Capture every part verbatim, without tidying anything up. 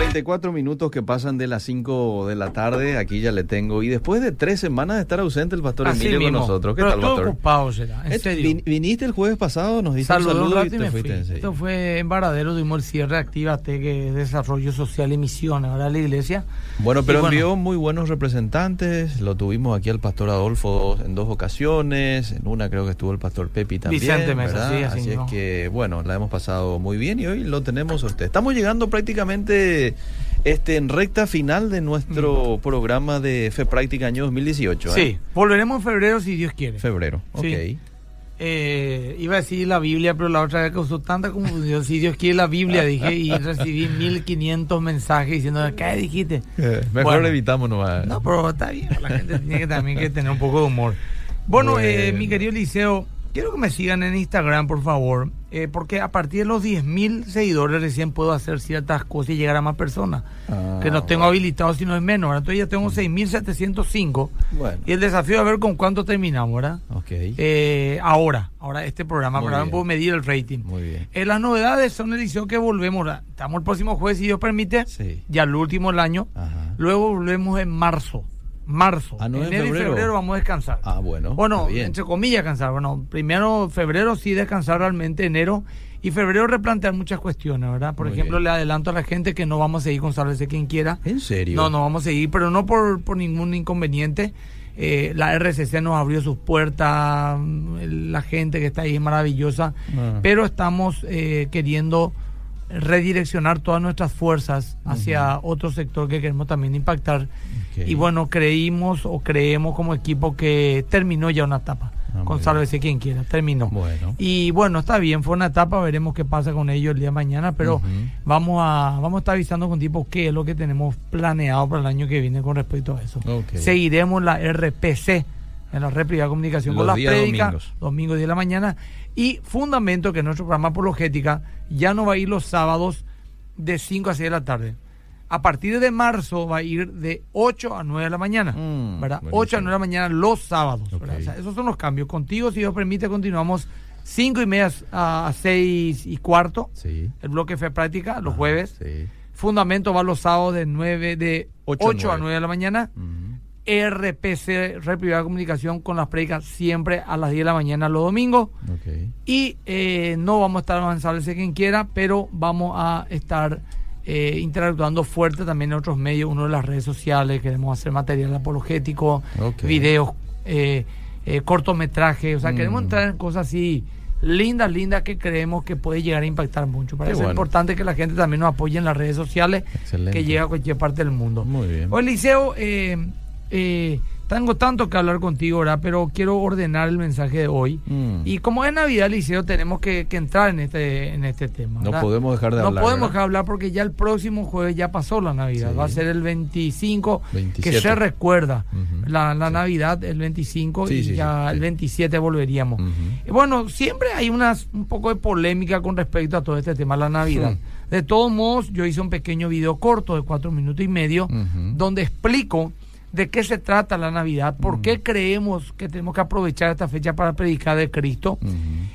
treinta y cuatro minutos que pasan de las cinco de la tarde, aquí ya le tengo. Y después de tres semanas de estar ausente el pastor Así Emilio mismo. con nosotros. ¿Qué Pero tal, pastor? ocupado será, en Eh, serio. vin- viniste el jueves pasado, nos diste Saludé un un saludo y rato y te me fuiste fui. enseguida. Esto fue en Varadero, tuvimos el cierre de Actívate, que es desarrollo social y misión ahora la iglesia. Bueno, pero Y bueno, envió muy buenos representantes. Lo tuvimos aquí al pastor Adolfo en dos ocasiones. En una creo que estuvo el pastor Pepi también. Vicente Mesa, ¿verdad? sí, así Así mismo. es que, bueno, la hemos pasado muy bien y hoy lo tenemos a usted. Estamos llegando prácticamente este, en recta final de nuestro Mm. programa de Fe Práctica año dos mil dieciocho. ¿eh? Sí, volveremos en febrero si Dios quiere. Febrero, ok. Sí. Eh, iba a decir la Biblia, pero la otra vez causó tanta confusión. Si Dios quiere la Biblia, dije, y recibí mil quinientos mensajes diciendo, ¿qué dijiste? Eh, mejor Bueno. evitamos nomás. No, pero está bien, la gente tiene que también que tener un poco de humor. Bueno, Bueno. Eh, mi querido Eliseo, quiero que me sigan en Instagram, por favor, eh, porque a partir de los diez mil seguidores recién puedo hacer ciertas cosas y llegar a más personas, Ah, que no tengo bueno. habilitados si no es menos. ¿Verdad? Entonces ya tengo seis mil setecientos cinco Bueno, y el desafío es a ver con cuánto terminamos, ¿verdad? ok. Eh, ahora, ahora este programa, Muy para bien. puedo medir el rating. Muy bien. Eh, las novedades son, Eliseo, que volvemos, ¿verdad? Estamos el próximo jueves, si Dios permite, Sí. ya el último del año. Ajá. Luego volvemos en marzo. Marzo. Ah, no, en Enero y febrero. febrero vamos a descansar. Ah, bueno. Bueno, está bien. entre comillas descansar. Bueno, primero febrero sí descansar realmente, enero y febrero replantear muchas cuestiones, ¿verdad? Por Muy ejemplo, bien. le adelanto a la gente que no vamos a seguir con Sálvese quien quiera. ¿En serio? No, no vamos a seguir, pero no por, por ningún inconveniente. Eh, la R C C nos abrió sus puertas, mm, la gente que está ahí es maravillosa, Ah. pero estamos eh, queriendo redireccionar todas nuestras fuerzas hacia Ujú. otro sector que queremos también impactar. Ok. Y bueno, creímos o creemos como equipo que terminó ya una etapa. Ah, con muy Sálvese quien quiera, terminó. Bueno. Y bueno, está bien, fue una etapa, veremos qué pasa con ellos el día de mañana, pero Ujú. vamos a vamos a estar avisando con tipo qué es lo que tenemos planeado para el año que viene con respecto a eso. Ok. Seguiremos la R P C, en la Red Privada de Comunicación, Los con las días prédicas, domingos. domingo diez de la mañana, y Fundamento, que es nuestro programa apologética, ya no va a ir los sábados de cinco a seis de la tarde. A partir de marzo va a ir de ocho a nueve de la mañana, Mm, ¿verdad? buenísimo. ocho a nueve de la mañana los sábados, ¿verdad? Ok. O sea, esos son los cambios. Contigo, si Dios permite, continuamos cinco y media a seis y cuarto, Sí. el bloque Fe Práctica, los Ajá, jueves. Sí. Fundamento va los sábados de nueve de Ocho a ocho a nueve. nueve de la mañana. Ujú. R P C, Red Privada de Comunicación, con las prédicas siempre a las diez de la mañana los domingos. Ok. Y eh, no vamos a estar avanzando quien quiera, pero vamos a estar eh, interactuando fuerte también en otros medios, uno de las redes sociales. Queremos hacer material apologético, Ok. videos, eh, eh, cortometrajes, o sea, Mm. queremos entrar en cosas así lindas, lindas, que creemos que puede llegar a impactar mucho. Para Qué eso es bueno. importante que la gente también nos apoye en las redes sociales, Excelente. que llega a cualquier parte del mundo. Muy bien. Oye, Eliseo, eh, eh, tengo tanto que hablar contigo, ¿verdad? Pero quiero ordenar el mensaje de hoy. Mm. Y como es Navidad, Eliseo, tenemos que, que entrar en este, en este tema. No ¿verdad? podemos dejar de no hablar, podemos ¿verdad? dejar de hablar porque ya el próximo jueves ya pasó la Navidad. Sí. Va a ser el veinticinco, veintisiete. que se recuerda Ujú. la, la Sí. Navidad, el veinticinco, Sí, y sí, ya sí, el sí. veintisiete volveríamos. Ujú. Y bueno, siempre hay unas, un poco de polémica con respecto a todo este tema de la Navidad. Mm. De todos modos, yo hice un pequeño video corto de cuatro minutos y medio, Ujú. donde explico de qué se trata la Navidad, por Mm. qué creemos que tenemos que aprovechar esta fecha para predicar de Cristo, Ujú.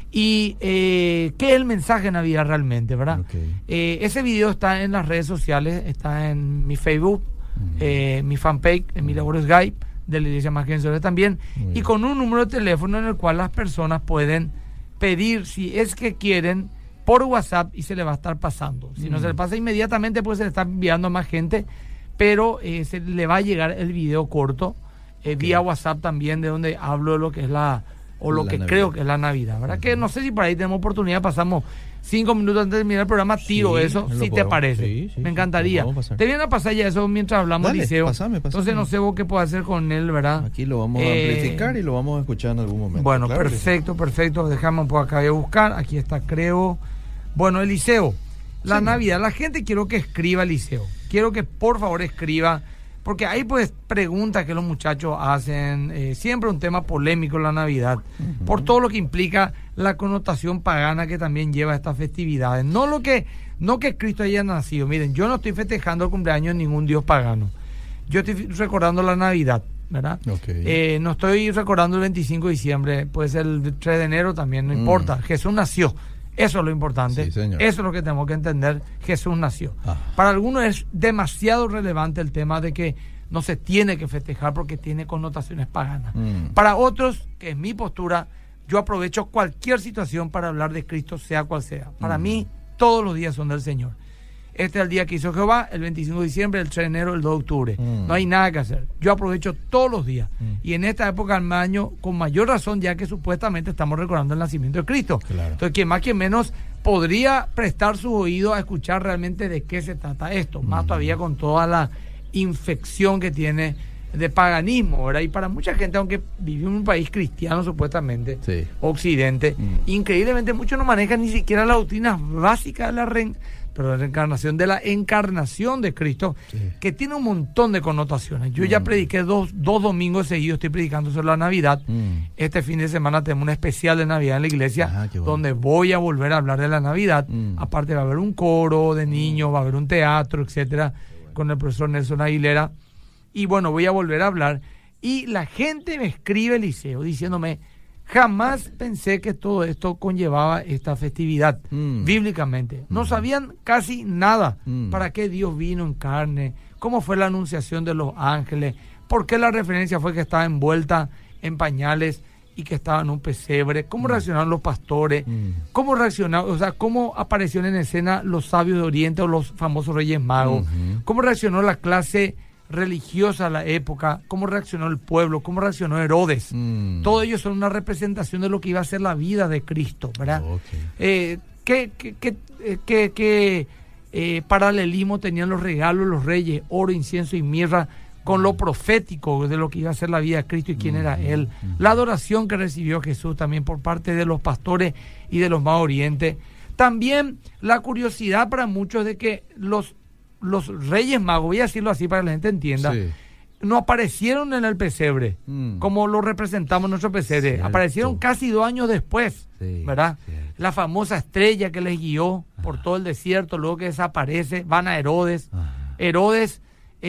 y eh, qué es el mensaje de Navidad realmente, ¿verdad? Ok. Eh, ese video está en las redes sociales, está en mi Facebook, Ujú. eh, mi fanpage, en mi labor Skype, de la Iglesia Más que Vencedores también, Muy y bien. con un número de teléfono en el cual las personas pueden pedir, si es que quieren, por WhatsApp, y se le va a estar pasando. Si no Mm. se le pasa inmediatamente, pues se le está enviando a más gente, pero eh, se le va a llegar el video corto eh, Ok. vía WhatsApp también, de donde hablo de lo que es la, o lo La que Navidad. creo que es la Navidad, ¿verdad? Ujú. Que no sé si por ahí tenemos oportunidad, pasamos cinco minutos antes de terminar el programa, tiro Sí, eso, lo si te podemos- parece. sí, sí, Me sí, encantaría. lo podemos pasar. Te viene a pasar ya eso mientras hablamos, Dale, Liceo. pasame, pasame. Entonces no sé vos qué puedo hacer con él, ¿verdad? Aquí lo vamos a Eh, amplificar y lo vamos a escuchar en algún momento. Bueno, Claro que sí. perfecto, perfecto. Déjame un poco acá de buscar. Aquí está, creo. Bueno, Eliseo, la Sí. Navidad. La gente quiero que escriba, Eliseo. Quiero que por favor escriba, porque hay pues preguntas que los muchachos hacen. eh, siempre un tema polémico la Navidad, Ujú. por todo lo que implica la connotación pagana que también lleva estas festividades. No lo que, no que Cristo haya nacido. Miren, yo no estoy festejando el cumpleaños de ningún dios pagano. Yo estoy recordando la Navidad, ¿verdad? Ok. Eh, no estoy recordando el veinticinco de diciembre, puede ser el tres de enero también, no Mm. importa. Jesús nació. Eso es lo importante. Sí, señor. Eso es lo que tenemos que entender. Jesús nació. Ah. Para algunos es demasiado relevante el tema de que no se tiene que festejar porque tiene connotaciones paganas. Mm. Para otros, que es mi postura, yo aprovecho cualquier situación para hablar de Cristo, sea cual sea. Para mm. mí, todos los días son del Señor. Este es el día que hizo Jehová, el veinticinco de diciembre, el tres de enero, el dos de octubre. Mm. No hay nada que hacer. Yo aprovecho todos los días. Mm. Y en esta época del año, con mayor razón, ya que supuestamente estamos recordando el nacimiento de Cristo. Claro. Entonces, quien más, quien menos, podría prestar su oído a escuchar realmente de qué se trata esto. Mm. Más todavía con toda la infección que tiene de paganismo, ¿verdad? Y para mucha gente, aunque vivimos en un país cristiano supuestamente, sí. occidente, mm. increíblemente muchos no manejan ni siquiera las doctrinas básicas de la reencarnación. Pero la reencarnación, de la encarnación de Cristo, sí. que tiene un montón de connotaciones. Yo mm. ya prediqué dos, dos domingos seguidos, estoy predicando sobre la Navidad. Mm. Este fin de semana tenemos un especial de Navidad en la iglesia, ah, bueno. donde voy a volver a hablar de la Navidad. Mm. Aparte va a haber un coro de niños, va a haber un teatro, etcétera, bueno. con el profesor Nelson Aguilera. Y bueno, voy a volver a hablar. Y la gente me escribe, Eliseo, diciéndome... Jamás pensé que todo esto conllevaba esta festividad, mm. bíblicamente. No mm. sabían casi nada. Mm. ¿Para qué Dios vino en carne? ¿Cómo fue la anunciación de los ángeles? ¿Por qué la referencia fue que estaba envuelta en pañales y que estaba en un pesebre? ¿Cómo mm. reaccionaron los pastores? Mm. ¿Cómo reaccionaron? O sea, ¿cómo aparecieron en escena los sabios de Oriente o los famosos Reyes Magos? Mm-hmm. ¿Cómo reaccionó la clase religiosa a la época? ¿Cómo reaccionó el pueblo? ¿Cómo reaccionó Herodes? Mm. Todo ello son una representación de lo que iba a ser la vida de Cristo, ¿verdad? Okay. Eh, ¿Qué, qué, qué, qué, qué eh, paralelismo tenían los regalos, los reyes, oro, incienso y mirra, con lo profético de lo que iba a ser la vida de Cristo y quién mm. era Él? Mm. La adoración que recibió Jesús también por parte de los pastores y de los más orientes. También la curiosidad para muchos de que los los Reyes Magos, voy a decirlo así para que la gente entienda, sí. no aparecieron en el pesebre, mm. como lo representamos en nuestro pesebre. Cierto. Aparecieron casi dos años después, sí, ¿verdad? Cierto. La famosa estrella que les guió ah. por todo el desierto, luego que desaparece, van a Herodes. Ah. Herodes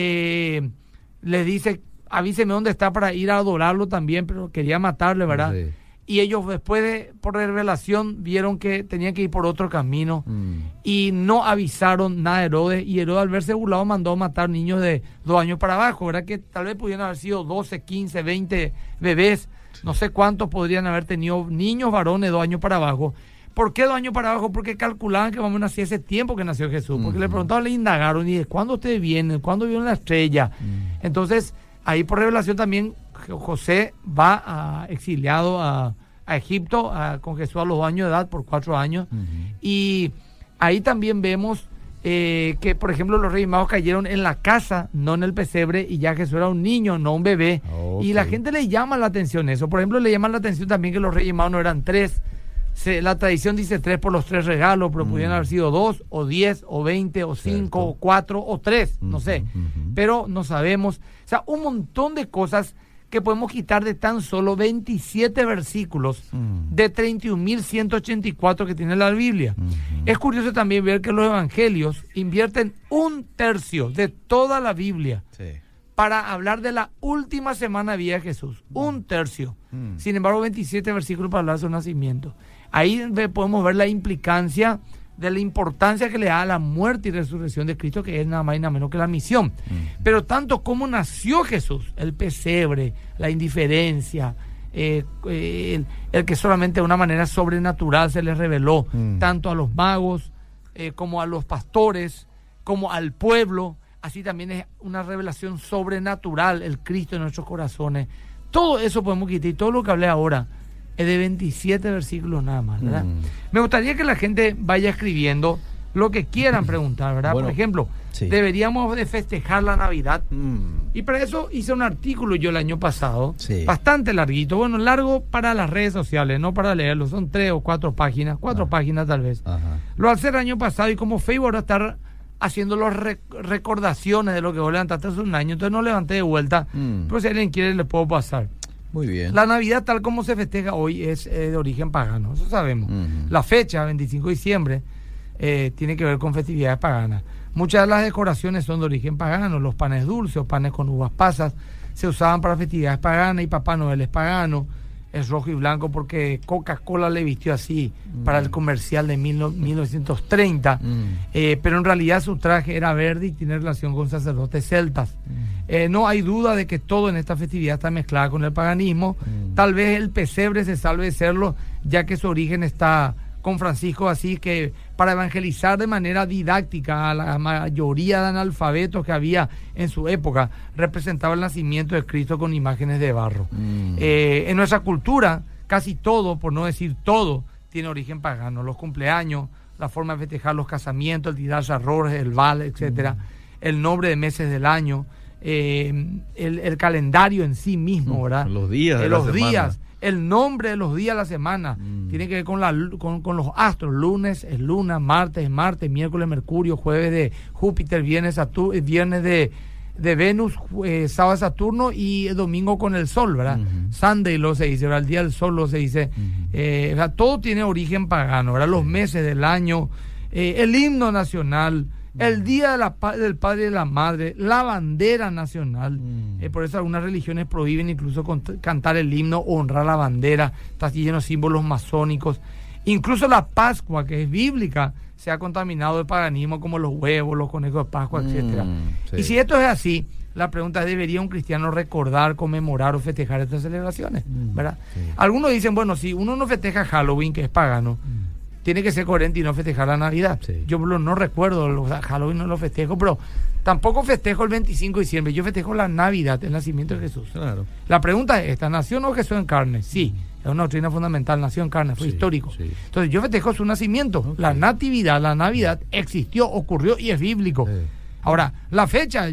eh, les dice, avíseme dónde está para ir a adorarlo también, pero quería matarle, ¿verdad? Sí. Y ellos después de, por revelación, vieron que tenían que ir por otro camino mm. y no avisaron nada a Herodes. Y Herodes, al verse burlado, mandó a matar niños de dos años para abajo, ¿verdad? Que tal vez pudieran haber sido doce, quince, veinte bebés. Sí. No sé cuántos podrían haber tenido niños varones dos años para abajo. ¿Por qué dos años para abajo? Porque calculaban que vamos a nacer ese tiempo que nació Jesús. Porque mm. le preguntaban, le indagaron, y de ¿cuándo ustedes vienen? ¿Cuándo vieron la estrella? Mm. Entonces, ahí por revelación también José va a, exiliado a, a Egipto a, con Jesús a los dos años de edad, por cuatro años. Uh-huh. Y ahí también vemos eh, que, por ejemplo, los Reyes Magos cayeron en la casa, no en el pesebre, y ya Jesús era un niño, no un bebé. Okay. Y la gente le llama la atención eso. Por ejemplo, le llama la atención también que los Reyes Magos no eran tres. Se, la tradición dice tres por los tres regalos, pero uh-huh. pudieran haber sido dos, o diez, o veinte, o cinco, o cuatro, o tres, uh-huh. no sé. Uh-huh. Pero no sabemos. O sea, un montón de cosas que podemos quitar de tan solo veintisiete versículos mm. de treinta y un mil ciento ochenta y cuatro que tiene la Biblia. Mm-hmm. Es curioso también ver que los evangelios invierten un tercio de toda la Biblia sí. para hablar de la última semana de vida de Jesús. Mm. Un tercio. Mm. Sin embargo, veintisiete versículos para hablar de su nacimiento. Ahí podemos ver la implicancia de la importancia que le da a la muerte y resurrección de Cristo, que es nada más y nada menos que la misión. Mm. Pero tanto como nació Jesús, el pesebre, la indiferencia, eh, eh, el, el que solamente de una manera sobrenatural se les reveló, mm. tanto a los magos, eh, como a los pastores, como al pueblo, así también es una revelación sobrenatural, el Cristo en nuestros corazones. Todo eso podemos quitar, y todo lo que hablé ahora es de veintisiete versículos nada más, ¿verdad? Mm. Me gustaría que la gente vaya escribiendo lo que quieran preguntar, ¿verdad? Bueno, por ejemplo, sí. deberíamos de festejar la Navidad. Mm. Y para eso hice un artículo yo el año pasado, sí. bastante larguito, bueno, largo para las redes sociales, no para leerlo, son tres o cuatro páginas, cuatro ah. páginas tal vez. Ajá. Lo hice el año pasado, y como Facebook va a estar haciendo las rec- recordaciones de lo que vos levantaste hace un año, entonces no levanté de vuelta, mm. pero si alguien quiere le puedo pasar. Muy bien. La Navidad, tal como se festeja hoy, es eh, de origen pagano, eso sabemos. Uh-huh. La fecha, veinticinco de diciembre, eh, tiene que ver con festividades paganas. Muchas de las decoraciones son de origen pagano, los panes dulces o panes con uvas pasas se usaban para festividades paganas, y Papá Noel es pagano. es rojo y blanco porque Coca-Cola le vistió así mm. para el comercial de mil novecientos treinta, mm. eh, pero en realidad su traje era verde y tiene relación con sacerdotes celtas. Mm. Eh, no hay duda de que todo en esta festividad está mezclado con el paganismo. Mm. Tal vez el pesebre se salve de serlo, ya que su origen está con Francisco, así que para evangelizar de manera didáctica a la mayoría de analfabetos que había en su época, representaba el nacimiento de Cristo con imágenes de barro. Mm. Eh, en nuestra cultura, casi todo, por no decir todo, tiene origen pagano. Los cumpleaños, la forma de festejar los casamientos, el tirar arroz, el vals, etcétera, mm. el nombre de meses del año, eh, el, el calendario en sí mismo, ¿verdad? Los días de eh, la los semana. días. El nombre de los días de la semana mm. tiene que ver con, la, con, con los astros. Lunes es luna, martes es Marte, miércoles Mercurio, jueves de Júpiter, viernes, Satur- viernes de, de Venus, eh, sábado Saturno y el domingo con el Sol, ¿verdad? Mm-hmm. Sunday lo se dice, ¿verdad? El día del Sol lo se dice. Mm-hmm. Eh, o sea, todo tiene origen pagano, ¿verdad? Los meses del año, eh, el himno nacional, el día de la, del padre y de la madre, la bandera nacional. Mm. Eh, por eso algunas religiones prohíben incluso cont- cantar el himno o honrar la bandera. Está lleno de símbolos masónicos. Incluso la Pascua, que es bíblica, se ha contaminado de paganismo, como los huevos, los conejos de Pascua, mm, etcétera. Sí. Y si esto es así, la pregunta es: ¿debería un cristiano recordar, conmemorar o festejar estas celebraciones? Mm, ¿verdad? Sí. Algunos dicen, bueno, si uno no festeja Halloween, que es pagano, mm. tiene que ser coherente y no festejar la Navidad. Sí. Yo no recuerdo, los Halloween no lo festejo, pero tampoco festejo el veinticinco de diciembre. Yo festejo la Navidad, el nacimiento de Jesús. Claro. La pregunta es esta: ¿nació o no Jesús en carne? Sí, es una doctrina fundamental, nació en carne, fue sí, histórico. Sí. Entonces yo festejo su nacimiento. Okay. La natividad, la Navidad existió, ocurrió y es bíblico. Sí. Ahora, la fecha,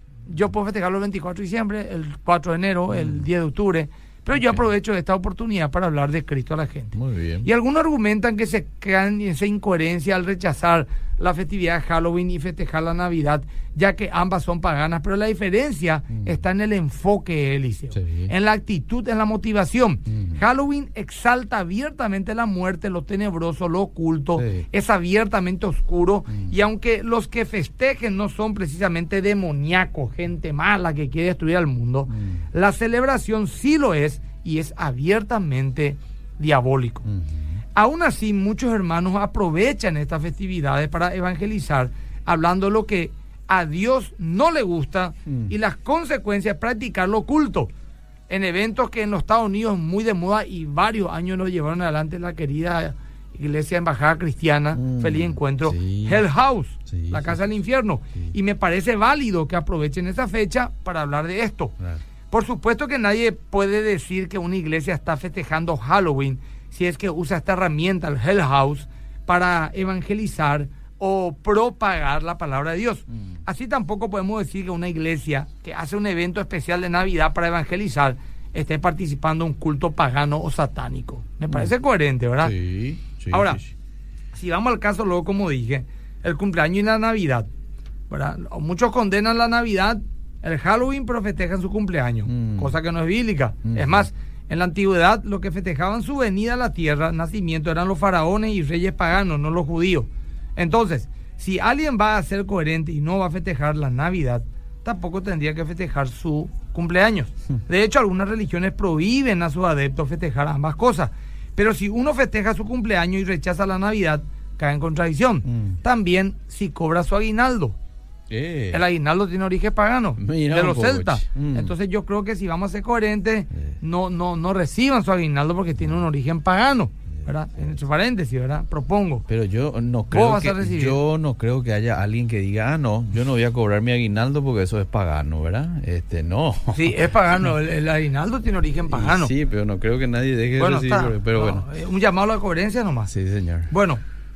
yo puedo festejarlo el veinticuatro de diciembre, el cuatro de enero, mm. el diez de octubre. Pero yo aprovecho esta oportunidad para hablar de Cristo a la gente. Muy bien. Y algunos argumentan que se quedan en esa incoherencia al rechazar la festividad de Halloween y festejar la Navidad, ya que ambas son paganas, pero la diferencia mm. está en el enfoque, Eliseo, sí. en la actitud, en la motivación. Mm. Halloween exalta abiertamente la muerte, lo tenebroso, lo oculto, sí. es abiertamente oscuro, mm. y aunque los que festejen no son precisamente demoníacos, gente mala que quiere destruir al mundo, mm. la celebración sí lo es, y es abiertamente diabólico. Mm. Aún así, muchos hermanos aprovechan estas festividades para evangelizar, hablando de lo que a Dios no le gusta mm. y las consecuencias de practicar lo oculto, en eventos que en los Estados Unidos es muy de moda y varios años lo llevaron adelante la querida Iglesia Embajada Cristiana, mm. Feliz Encuentro, sí. Hell House, sí, la Casa sí. del Infierno. Sí. Y me parece válido que aprovechen esa fecha para hablar de esto. Claro. Por supuesto que nadie puede decir que una iglesia está festejando Halloween si es que usa esta herramienta, el Hell House, para evangelizar o propagar la palabra de Dios. Mm. Así tampoco podemos decir que una iglesia que hace un evento especial de Navidad para evangelizar esté participando en un culto pagano o satánico. Me parece mm. coherente, ¿verdad? Sí, sí. Ahora, sí, sí. si vamos al caso luego, como dije, el cumpleaños y la Navidad, ¿verdad? Muchos condenan la Navidad, el Halloween, pero festejan su cumpleaños, mm. cosa que no es bíblica. Mm. Es más, en la antigüedad, los que festejaban su venida a la tierra, nacimiento, eran los faraones y reyes paganos, no los judíos. Entonces, si alguien va a ser coherente y no va a festejar la Navidad, tampoco tendría que festejar su cumpleaños. De hecho, algunas religiones prohíben a sus adeptos festejar ambas cosas. Pero si uno festeja su cumpleaños y rechaza la Navidad, cae en contradicción. Mm. También si cobra su aguinaldo. Eh. El aguinaldo tiene origen pagano, Mira de los celtas. Mm. Entonces yo creo que si vamos a ser coherentes, eh. no, no, no reciban su aguinaldo porque tiene un origen pagano, ¿verdad? En entre paréntesis, ¿verdad? Propongo. Pero yo no creo que yo no creo que haya alguien que diga, ah, no, yo no voy a cobrar mi aguinaldo porque eso es pagano, ¿verdad? Este, no. Sí, es pagano, el, el aguinaldo tiene origen pagano. Sí, pero no creo que nadie deje bueno, de recibir, está, pero no, bueno. Un llamado a la coherencia nomás. Sí, señor. Bueno,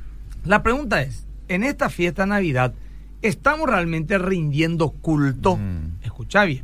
la pregunta es, en esta fiesta de Navidad, ¿estamos realmente rindiendo culto? Mm. Escucha bien.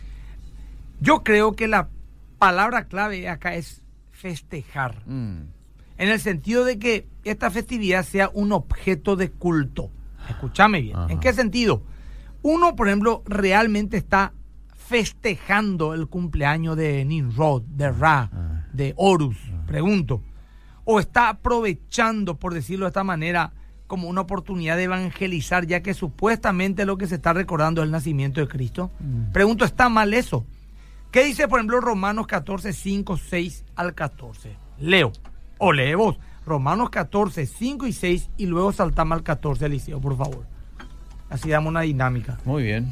Yo creo que la palabra clave acá es festejar. Mm. En el sentido de que esta festividad sea un objeto de culto. Escúchame bien. Ajá. ¿En qué sentido? Uno, por ejemplo, realmente está festejando el cumpleaños de Nimrod, de Ra, ah. de Horus, ah. pregunto. O está aprovechando, por decirlo de esta manera, como una oportunidad de evangelizar, ya que supuestamente lo que se está recordando es el nacimiento de Cristo. Mm. Pregunto, ¿está mal eso? ¿Qué dice, por ejemplo, Romanos catorce, cinco, seis al catorce? Leo, o lee vos. Romanos catorce, cinco y seis, y luego saltamos al catorce, Eliseo, por favor. Así damos una dinámica. Muy bien.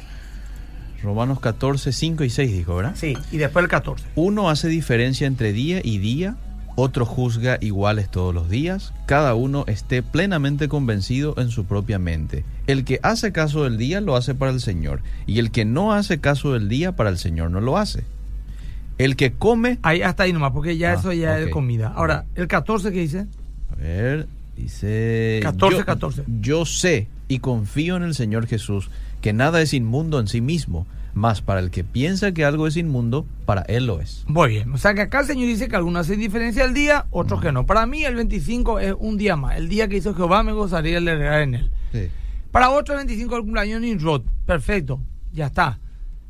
Romanos catorce, cinco y seis dijo, ¿verdad? Sí, y después el catorce. Uno hace diferencia entre día y día, otro juzga iguales todos los días, cada uno esté plenamente convencido en su propia mente. El que hace caso del día lo hace para el Señor, y el que no hace caso del día para el Señor no lo hace. El que come... Ahí, hasta ahí nomás, porque ya Ah, eso ya ok. es comida. Ahora, el catorce, ¿qué dice? A ver, dice... catorce, yo, catorce. Yo sé y confío en el Señor Jesús, que nada es inmundo en sí mismo, mas para el que piensa que algo es inmundo, para él lo es. Muy bien, o sea que acá el Señor dice que algunos hacen diferencia al día, otros que no. Para mí el veinticinco es un día más, el día que hizo Jehová, me gozaría de alegrar en él. Sí. Para otros el veinticinco es el cumpleaños de Nimrod, perfecto, ya está.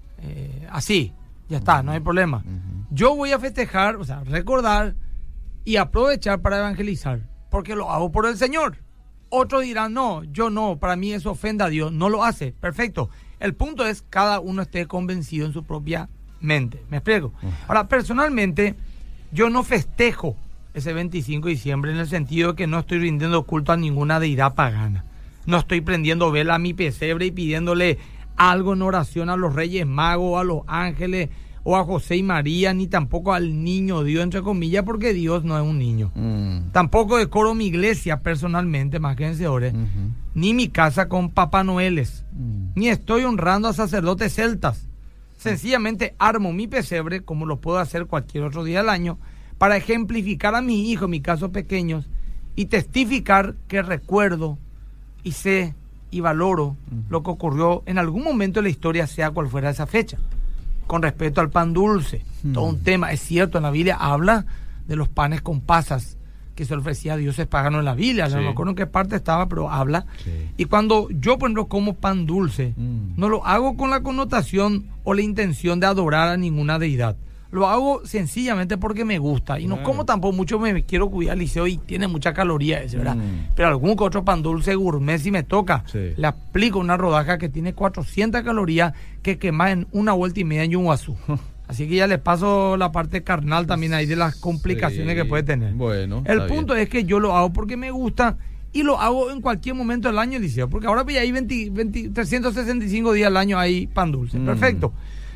Eh, así, ya está, no hay problema. Uh-huh. Yo voy a festejar, o sea, recordar y aprovechar para evangelizar, porque lo hago por el Señor. Otros dirán, no, yo no, para mí eso ofenda a Dios, no lo hace, perfecto. El punto es cada uno esté convencido en su propia mente, ¿me explico? Uh-huh. Ahora, personalmente, yo no festejo ese veinticinco de diciembre en el sentido de que no estoy rindiendo culto a ninguna deidad pagana. No estoy prendiendo vela a mi pesebre y pidiéndole algo en oración a los Reyes Magos, a los ángeles o a José y María, ni tampoco al niño Dios, entre comillas, porque Dios no es un niño. Mm. Tampoco decoro mi iglesia personalmente, más que vencedores, uh-huh. ni mi casa con Papá Noeles, mm. ni estoy honrando a sacerdotes celtas. Sencillamente armo mi pesebre, como lo puedo hacer cualquier otro día del año, para ejemplificar a mis hijos, en mi caso pequeños, y testificar que recuerdo y sé y valoro uh-huh. lo que ocurrió en algún momento de la historia, sea cual fuera esa fecha. Con respecto al pan dulce, uh-huh. todo un tema, es cierto, en la Biblia habla de los panes con pasas que se ofrecía a dioses paganos en la Biblia, sí. no me acuerdo en qué parte estaba, pero habla. Sí. Y cuando yo, por ejemplo, como pan dulce, uh-huh. no lo hago con la connotación o la intención de adorar a ninguna deidad. Lo hago sencillamente porque me gusta. Y no claro. como tampoco mucho me quiero cuidar, Liceo, y tiene mucha caloría ese, ¿verdad? Mm. Pero algún que otro pan dulce gourmet, si me toca, sí. le aplico una rodaja que tiene cuatrocientas calorías que quema en una vuelta y media en Yunguazú. Así que ya le paso la parte carnal también ahí de las complicaciones sí. que puede tener. Bueno, el punto bien. Es que yo lo hago porque me gusta y lo hago en cualquier momento del año, Liceo. Porque ahora hay veinte, veinte, trescientos sesenta y cinco días al año hay pan dulce. Mm. Perfecto.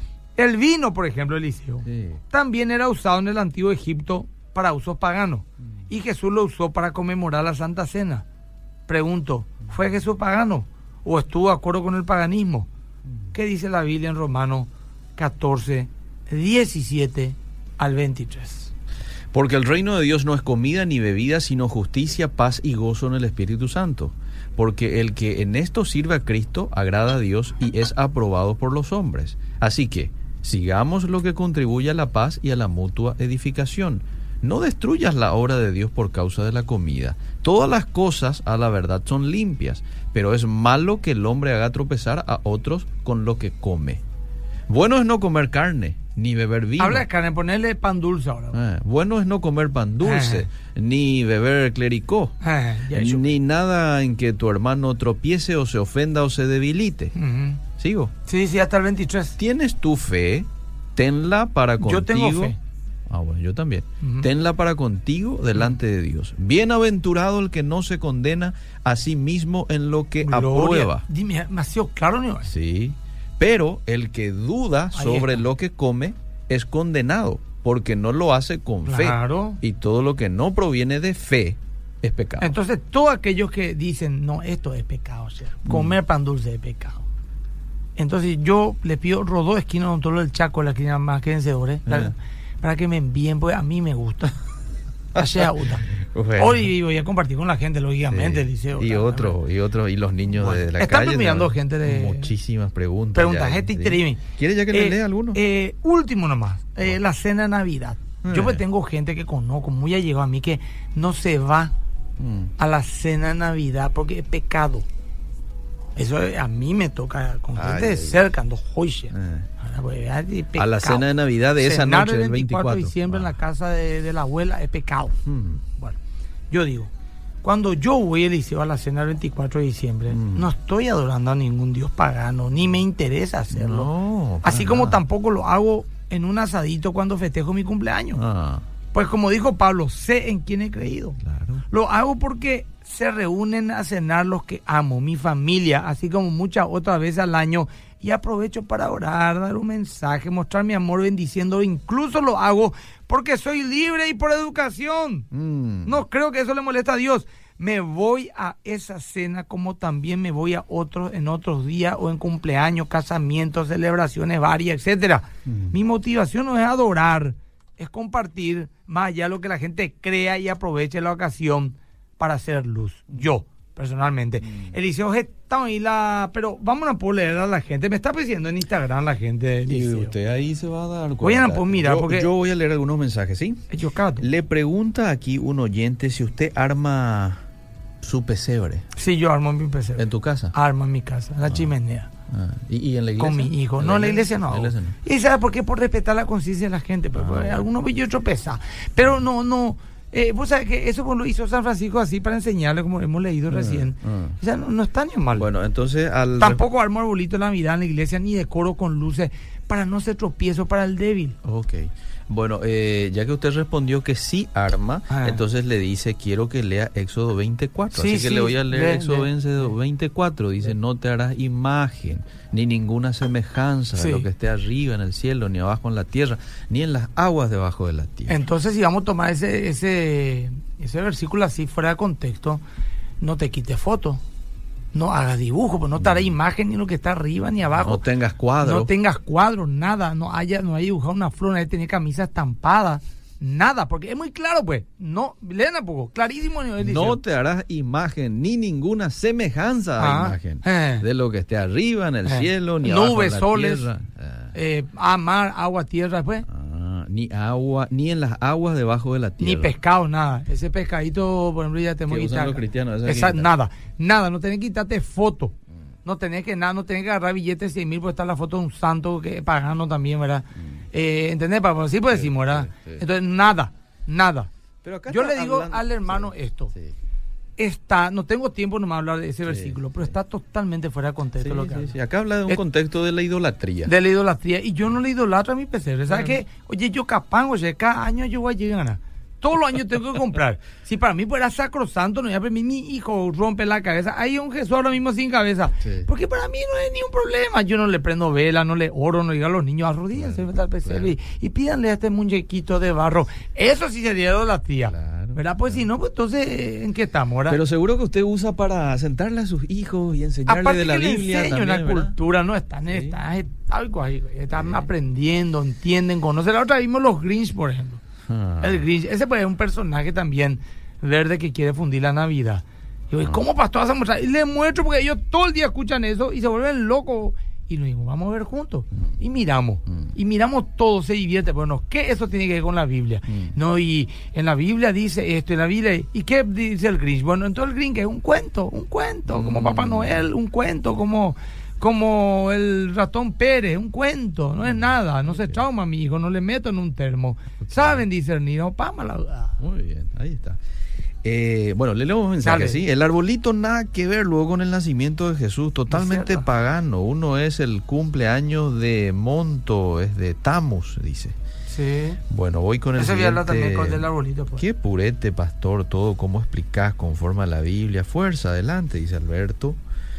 El vino, por ejemplo, Eliseo, sí. también era usado en el antiguo Egipto para usos paganos. Mm. Y Jesús lo usó para conmemorar la Santa Cena. Pregunto, ¿fue Jesús pagano o estuvo de acuerdo con el paganismo? Mm. ¿Qué dice la Biblia en Romanos catorce, diecisiete al veintitrés? Porque el reino de Dios no es comida ni bebida, sino justicia, paz y gozo en el Espíritu Santo. Porque el que en esto sirve a Cristo agrada a Dios y es aprobado por los hombres. Así que sigamos lo que contribuye a la paz y a la mutua edificación. No destruyas la obra de Dios por causa de la comida. Todas las cosas, a la verdad, son limpias, pero es malo que el hombre haga tropezar a otros con lo que come. Bueno es no comer carne, ni beber vino. Habla de carne, ponerle pan dulce ahora. Eh, bueno es no comer pan dulce, eh. ni beber clericó, eh, ni nada en que tu hermano tropiece o se ofenda o se debilite. Uh-huh. ¿Sigo? Sí, sí, hasta el veintitrés. ¿Tienes tu fe? Tenla para contigo. Yo tengo fe. Ah, bueno, yo también. Uh-huh. Tenla para contigo delante uh-huh. de Dios. Bienaventurado el que no se condena a sí mismo en lo que Gloria. aprueba. Dime, ¿me ha sido claro, no? Sí. Pero el que duda Ahí sobre está. lo que come es condenado, porque no lo hace con claro. fe. Y todo lo que no proviene de fe es pecado. Entonces, todos aquellos que dicen, no, esto es pecado, o sea, comer mm. pan dulce es pecado. Entonces, yo le pido Rodó Esquina Odontólogo del Chaco, la esquina más que vencedores, para, eh. para que me envíen, porque a mí me gusta. Bueno. Hoy voy a compartir con la gente, lógicamente, sí. Liceo. Y otro, y otro, y los niños bueno, de la están calle. Están mirando gente de. Muchísimas preguntas. Preguntas, gente sí. ¿Quieres ya que eh, le lea alguno? Eh, último nomás, eh, la cena de Navidad. Eh. Yo pues tengo gente que conozco, muy allegado a mí, que no se va mm. a la cena de Navidad porque es pecado. Eso a mí me toca con gente ay, de cerca, ando joyche. Eh. A la cena de Navidad de esa Cenar noche del veinticuatro de diciembre ah. en la casa de, de la abuela es pecado. Hmm. Bueno, yo digo, cuando yo voy al liceo a la cena del veinticuatro de diciembre, hmm. no estoy adorando a ningún dios pagano, ni me interesa hacerlo. No, así como nada. Tampoco lo hago en un asadito cuando festejo mi cumpleaños. Ah, Pues como dijo Pablo, sé en quién he creído. claro. Lo hago porque se reúnen a cenar los que amo, mi familia, así como muchas otras veces al año. Y aprovecho para orar, dar un mensaje, mostrar mi amor bendiciendo. Incluso lo hago porque soy libre y por educación. Mm. No creo que eso le molesta a Dios. Me voy a esa cena como también me voy a otros en otros días o en cumpleaños, casamientos, celebraciones varias, etcétera. Mm. Mi motivación no es adorar, es compartir más allá de lo que la gente crea y aproveche la ocasión para hacer luz. Yo, personalmente. Mm. Eliseo, está ahí la... Pero vamos a poder leer a la gente. Me está pidiendo en Instagram la gente. Y Eliseo. usted ahí se va a dar cuenta. Oigan, pues mira, yo, porque- yo voy a leer algunos mensajes, ¿sí? Yo cato. Le pregunta aquí un oyente si usted arma su pesebre Sí, yo armo mi P C. en tu casa. Armo en mi casa, en la chimenea. Ah, ¿Y, y en la iglesia? Con mi hijo. No, en la iglesia no. En la hago. iglesia no. ¿Y sabe por qué? Por respetar la conciencia de la gente. Pues, Ah, pues, bueno. algunos y otros pesa. Pero no, no. Eh, vos sabés que eso pues, lo hizo San Francisco así para enseñarle, como hemos leído Ah, recién. ah. O sea, no, no está ni mal. Bueno, entonces al... Tampoco armo arbolito de Navidad en la iglesia, ni decoro con luces, para no ser tropiezo para el débil. Ok. Bueno, eh, ya que usted respondió que sí arma, Ah. entonces le dice, quiero que lea Éxodo veinticuatro. Sí, Así que sí, le voy a leer lee, Éxodo lee. veinticuatro. Dice, no te harás imagen, ni ninguna semejanza Sí. de lo que esté arriba en el cielo, ni abajo en la tierra, ni en las aguas debajo de la tierra. Entonces, si vamos a tomar ese, ese, ese versículo así fuera de contexto, no te quites foto, no hagas dibujo, pues no te hará imagen ni lo que está arriba ni abajo. No tengas cuadro. No tengas cuadros, nada, no haya, no haya dibujado una flor, no haya tenido camisa estampada, nada, porque es muy claro, pues. No, lean un poco, clarísimo. No te harás imagen ni ninguna semejanza Ah, a imagen eh. de lo que esté arriba en el Eh. cielo, ni Nubes, abajo en la soles. tierra. Eh. Eh, a mar, agua, tierra, pues. Ah, ni agua, ni en las aguas debajo de la tierra. Ni pescado, nada. Ese pescadito, por ejemplo, ya tenemos Que que usan quitar. los cristianos, ese hay que Esa- quitar. nada, nada, no tenés que quitarte foto. No tenés que nada, no tenés que agarrar billetes de cien mil, porque está la foto de un santo que es pagano también, ¿verdad? Eh, ¿Entendés? Para así pues Sí, decimos, ¿verdad? sí, sí. Entonces, nada, nada. Pero acá Yo está le digo hablando- al hermano Sí, esto. sí. Está, no tengo tiempo nomás de hablar de ese Sí, versículo, pero sí. está totalmente fuera de contexto Sí, lo que sí, habla. sí. Acá habla de un Es- contexto de la idolatría. De la idolatría. Y yo no le idolatro a mi pesebre. ¿Sabes Claro. qué? Oye, yo capango, oye, cada año yo voy a llegar a ganar. Todos los años tengo que comprar. Si para mí fuera sacrosanto, no iba a permitir, mi hijo rompe la cabeza. Hay un Jesús ahora mismo sin cabeza. Sí. Porque para mí no es ni un problema. Yo no le prendo vela, no le oro, no digo a los niños, arrodíllense Claro, al pesebre claro. y, y pídanle a este muñequito de barro. Eso sí sería idolatría. Claro, ¿Verdad? Pues si no, pues entonces, ¿en qué estamos ahora? Pero seguro que usted usa para sentarle a sus hijos y enseñarle Aparte de la que le Biblia enseño también, la ¿verdad? cultura, no están, Sí. están, están, algo ahí, güey, están Sí. aprendiendo, entienden, conocen. La otra vimos los Grinch, por ejemplo. Ah. El Grinch, ese pues es un personaje también verde que quiere fundir la Navidad. Y yo, Ah. ¿cómo pastor vas a mostrar? Y le muestro porque ellos todo el día escuchan eso y se vuelven locos. Y nos dijimos, vamos a ver juntos. Y miramos. Mm. Y miramos todo, se divierte. Bueno, ¿qué eso tiene que ver con la Biblia? Mm. No, y en la Biblia dice esto, en la Biblia. ¿Y qué dice el Grinch? Bueno, entonces el Grinch es un cuento, un cuento, como Mm. Papá Noel, un cuento, como, como el ratón Pérez, un cuento, no es nada, no se trauma mi hijo, no le meto en un termo. Saben discernir, no pama la duda. Muy bien, ahí está. Eh, bueno, le leemos un mensaje, Dale. ¿sí? El arbolito nada que ver luego con el nacimiento de Jesús, totalmente cierto. pagano. Uno es el cumpleaños de Monto, es de Tamus, dice. Sí. Bueno, voy con el Eso voy a hablar también siguiente. con el arbolito. Pues. Qué purete, pastor, todo, cómo explicás conforme a la Biblia. Fuerza, adelante, dice Alberto.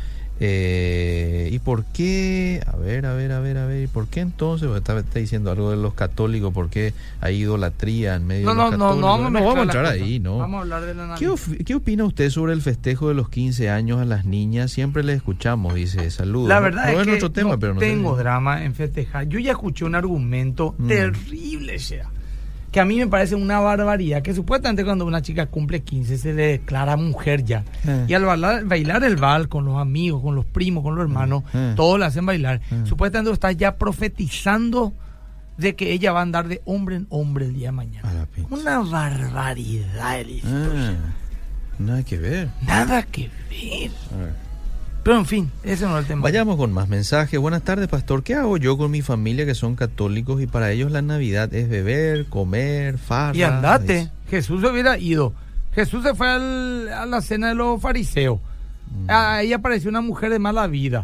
Eh, ¿Y por qué? A ver, a ver, a ver, a ver. ¿Y por qué entonces? Porque está, está diciendo algo de los católicos, ¿por qué hay idolatría en medio No, de no, los no, católicos? no vamos a, vamos a mezclar entrar las ahí, cosas. ¿no? Vamos a hablar de la ¿Qué, Navidad. of- ¿Qué opina usted sobre el festejo de los quince años a las niñas? Siempre les escuchamos, dice, saludos. La No- verdad no es es que nuestro tema, no pero no sé tengo si- drama en festejar. Yo ya escuché un argumento Mm. terrible, sea, que a mí me parece una barbaridad, que supuestamente cuando una chica cumple quince se le declara mujer ya. Eh. Y al bailar, bailar el bal con los amigos, con los primos, con los hermanos, Eh. todos la hacen bailar. Eh. Supuestamente está ya profetizando de que ella va a andar de hombre en hombre el día de mañana. A la pinche. Una barbaridad, Eliseo. Ah, nada que ver. Nada que ver. A ver. Pero en fin, ese no es el tema. Vayamos con más mensajes. Buenas tardes, pastor. ¿Qué hago yo con mi familia que son católicos y para ellos la Navidad es beber, comer, farra? Y andate. Dice. Jesús se hubiera ido. Jesús se fue al- a la cena de los fariseos. Mm. Ahí apareció una mujer de mala vida.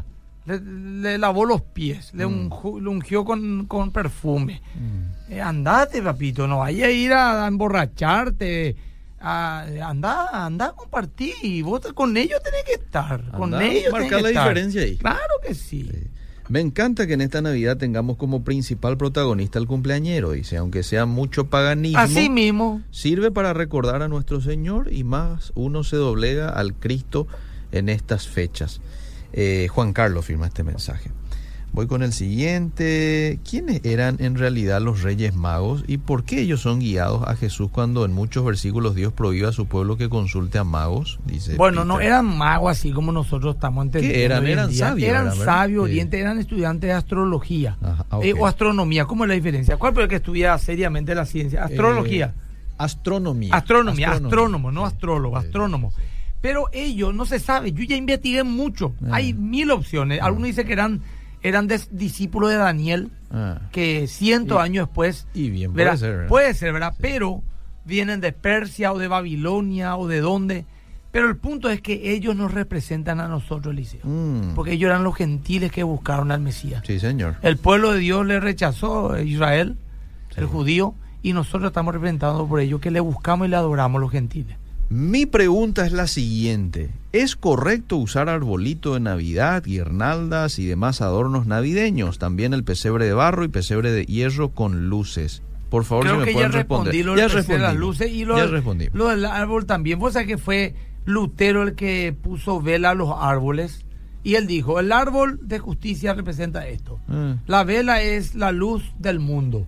Le, le lavó los pies, le, Mm. unju- le ungió con, con perfume. Mm. Eh, andate, papito, no vaya a ir a, a emborracharte. A, anda, anda a compartir. Y vos te- con ellos tenés que estar. Con Andá a ellos marcar tenés que la estar. diferencia ahí. Claro que sí. Sí. Me encanta que en esta Navidad tengamos como principal protagonista al cumpleañero, dice, aunque sea mucho paganismo, Así mismo. sirve para recordar a nuestro Señor y más uno se doblega al Cristo en estas fechas. Eh, Juan Carlos firma este mensaje. Voy con el siguiente. ¿Quiénes eran en realidad los Reyes Magos y por qué ellos son guiados a Jesús cuando en muchos versículos Dios prohíbe a su pueblo que consulte a magos? Dice Bueno, no Peter. eran magos así como nosotros estamos entendiendo. ¿Qué eran? hoy en Eran día. sabios, Eran ¿verdad? sabios, Sí. orientes, eran estudiantes de astrología. Ajá, ah, Eh, ok. o astronomía. ¿Cómo es la diferencia? ¿Cuál es el que estudia seriamente la ciencia? Astrología. Eh, astronomía. Astronomía, Astronomía. astrónomo, no astrólogo, Sí. astrónomo. Pero ellos no se sabe, yo ya investigué mucho. Ah. Hay mil opciones. Ah. Algunos dicen que eran, eran des- discípulos de Daniel, Ah. que cientos Y- años después. y bien puede ¿verdad? ser, ¿verdad? Puede ser, ¿verdad? Pero vienen de Persia o de Babilonia o de dónde. Pero el punto es que ellos nos representan a nosotros, Eliseo. Mm. Porque ellos eran los gentiles que buscaron al Mesías. Sí, señor. El pueblo de Dios le rechazó, a Israel, Sí. el judío, y nosotros estamos representados por ellos, que le buscamos y le adoramos los gentiles. Mi pregunta es la siguiente. ¿Es correcto usar arbolito de Navidad, guirnaldas y demás adornos navideños? También el pesebre de barro y pesebre de hierro con luces. Por favor, Creo si me que ya pueden responder. respondí lo Ya del pesebre de las respondimos. luces y lo, Ya del- respondimos. lo del árbol también. Vos sabés que fue Lutero el que puso vela a los árboles y él dijo, el árbol de justicia representa esto. Ah. La vela es la luz del mundo.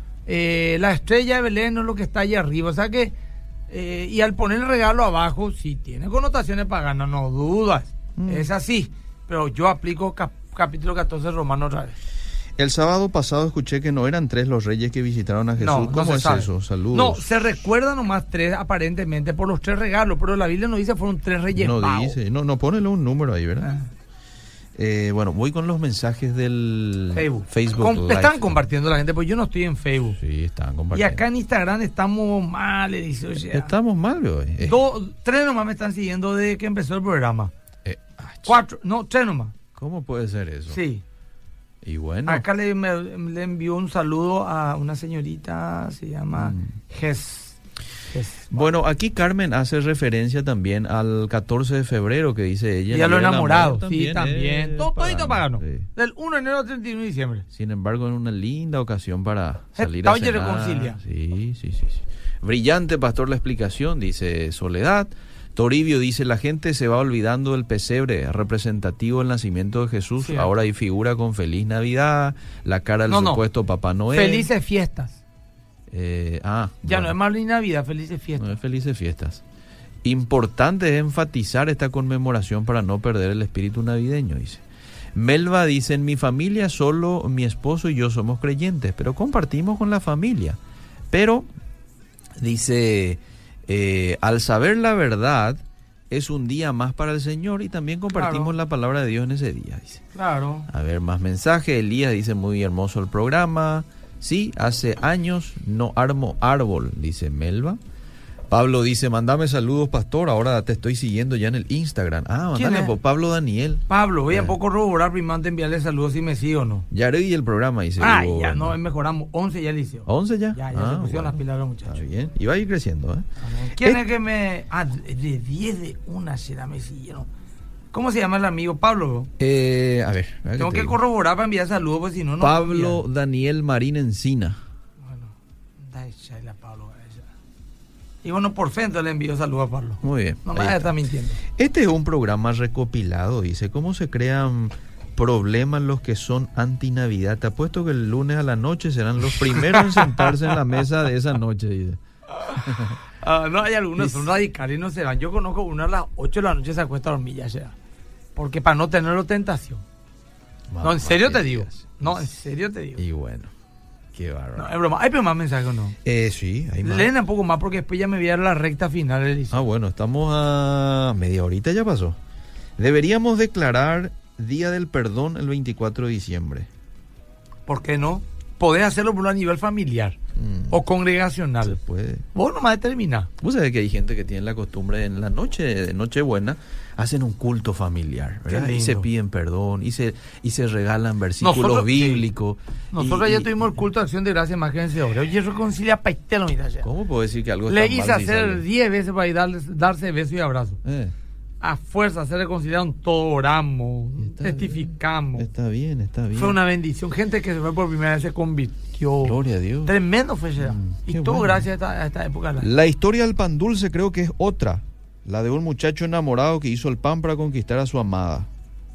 Eh, la estrella de Belén es lo que está allá arriba. O sea que, eh, y al poner el regalo abajo, sí tiene connotaciones paganas, no dudas. Mm. Es así. Pero yo aplico cap- capítulo catorce romano otra vez. El sábado pasado escuché que no eran tres los reyes que visitaron a Jesús. No, no ¿Cómo se es sabe. eso? Saludos. No, se recuerda nomás tres aparentemente por los tres regalos, pero la Biblia no dice fueron tres reyes No magos. dice, no, no ponele un número ahí, ¿verdad? Ah. Eh, bueno, voy con los mensajes del Facebook. Facebook Com- Live. están compartiendo la gente, pues yo no estoy en Facebook. Sí, están Y compartiendo. acá en Instagram estamos mal, le dice, o sea, Estamos mal, güey. Eh, dos, tres nomás me están siguiendo desde que empezó el programa. eh, ah, ch- Cuatro, no, tres nomás. ¿Cómo puede ser eso? Sí. Y bueno. Acá le, me- le envió un saludo a una señorita, se llama Mm. Ges. Ges- Bueno, aquí Carmen hace referencia también al catorce de febrero que dice ella. Y a el los Día del Amor enamorados, sí, también. eh, Todo, todito pagano. sí. Del uno de enero al treinta y uno de diciembre. Sin embargo, en una linda ocasión para Eh, salir a oye, cenar. reconcilia. Sí, sí, sí, sí. Brillante, pastor, la explicación, dice Soledad. Toribio dice, la gente se va olvidando del pesebre representativo del nacimiento de Jesús. Sí. Ahora hay figura con Feliz Navidad, la cara del No, no. supuesto Papá Noel. Felices fiestas. Eh, ah, Ya bueno. no es más ni Navidad, felices fiestas. No es felices fiestas. Importante es enfatizar esta conmemoración para no perder el espíritu navideño, dice. Melva dice, en mi familia solo mi esposo y yo somos creyentes, pero compartimos con la familia. Pero, dice, eh, al saber la verdad, es un día más para el Señor y también compartimos Claro. la palabra de Dios en ese día, dice. Claro. A ver, más mensaje. Elías dice, muy hermoso el programa. Sí, hace años no armo árbol, dice Melva. Pablo dice, mandame saludos, pastor. Ahora te estoy siguiendo ya en el Instagram. Ah, ¿Quién mandale, es? po- Pablo Daniel. Pablo, voy Eh. a poco corroborar primero antes de enviarle saludos si me sigue o no. Ya leí el programa, dice. Ah, Hugo ya no, Bernal. mejoramos. once ya le hizo. ¿once ya? Ya, ya Ah, se pusieron las bueno. pilas los muchachos. Está bien. Y va a ir creciendo, ¿eh? ¿Quién Eh. es que me...? Ah, de diez de una será me siguieron. ¿Cómo se llama el amigo? Pablo. Eh, a ver. a ver Tengo qué te que digo. corroborar para enviar saludos, pues si no, no. Pablo envían. Daniel Marín Encina. Bueno, da echarle a Pablo. esa. Y bueno, por fe entonces le envío saludos a Pablo. Muy bien. No ahí me vaya a está. estar mintiendo. Este es un programa recopilado, dice, ¿cómo se crean problemas los que son anti-Navidad? Te apuesto que el lunes a la noche serán los primeros en sentarse en la mesa de esa noche, dice. Ah, no, hay algunos, Dice- son radicales y no se van. Yo conozco uno a las ocho de la noche se acuesta a dormir ya sea. Porque para no tenerlo tentación. No, en serio te digo. No, en serio te digo. Y bueno, qué bárbaro. No, es broma. ¿Hay pero más mensajes o no? Eh, sí, hay más. Leen un poco más porque después ya me voy a dar la recta final. Elisa. Ah, bueno, estamos a media horita, ya pasó. Deberíamos declarar Día del Perdón el veinticuatro de diciembre. ¿Por qué no? Podés hacerlo por a nivel familiar. Mm. o congregacional. Se puede. Vos nomás determinás. Vos sabés que hay gente que tiene la costumbre en la noche de Nochebuena hacen un culto familiar, ¿verdad? Y se piden perdón y se y se regalan versículos nosotros, bíblicos. Sí. Nosotros y, ya y, tuvimos el culto de acción de gracia más que vencedor. Oye, reconcilia paitelo, mira ya. ¿Cómo puedo decir que algo Le está hice mal hacer diez veces para ir darle, darse beso y abrazo. Eh. A fuerza se reconciliaron todos, oramos, está testificamos. Bien, está bien, está bien. Fue una bendición. Gente que se fue por primera vez se convirtió. Gloria a Dios. Tremendo fue ya. Mm, y todo bueno. Gracias a esta, a esta época. La... la historia del pan dulce creo que es otra. La de un muchacho enamorado que hizo el pan para conquistar a su amada.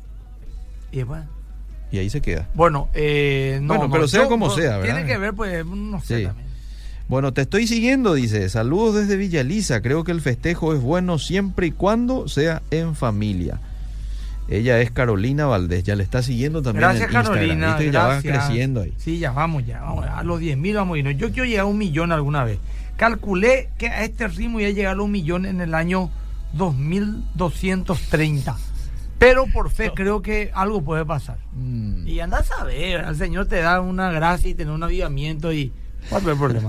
Y después. Y ahí se queda. Bueno, eh, no, bueno, no, pero sea yo, como no, sea, ¿verdad? Tiene que ver, pues, no sé sí. también. Bueno, te estoy siguiendo, dice. Saludos desde Villa Elisa. Creo que el festejo es bueno siempre y cuando sea en familia. Ella es Carolina Valdés. Ya le está siguiendo también. Gracias, en Instagram. Carolina. ¿Viste? Gracias. Ya va creciendo ahí. Sí, ya vamos, ya. Vamos, a los diez mil vamos a irnos. Yo quiero llegar a un millón alguna vez. Calculé que a este ritmo iba a llegar a un millón en el año dos mil doscientos treinta. Pero por fe no. creo que algo puede pasar. Mm. Y anda a saber, el Señor te da una gracia y te da un avivamiento y ¿cuál es el problema?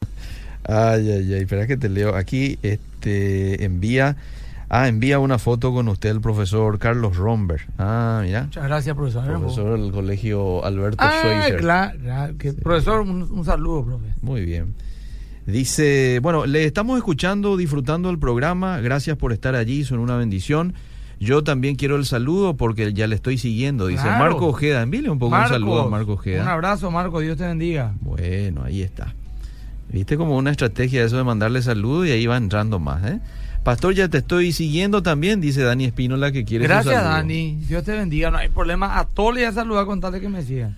Ay, ay, ay, espera que te leo. Aquí este envía, ah, envía una foto con usted el profesor Carlos Romberg. Ah, mira. Muchas gracias, profesor. Profesor del colegio Alberto ah, Schweitzer. Claro, claro. Que, sí. Profesor, un, un saludo, profe. Muy bien. Dice, bueno, le estamos escuchando, disfrutando del programa. Gracias por estar allí, son una bendición. Yo también quiero el saludo porque ya le estoy siguiendo. Dice claro. Marco Ojeda, envíale un poco Marcos, un saludo a Marco Ojeda. Un abrazo, Marco, Dios te bendiga. Bueno, ahí está. Viste como una estrategia eso de mandarle saludo y ahí va entrando más, ¿eh? Pastor, ya te estoy siguiendo también, dice Dani Espínola que quiere Gracias, su saludo. Dani. Dios te bendiga. No hay problema. A todos les voy a saludar con tal de que me sigan.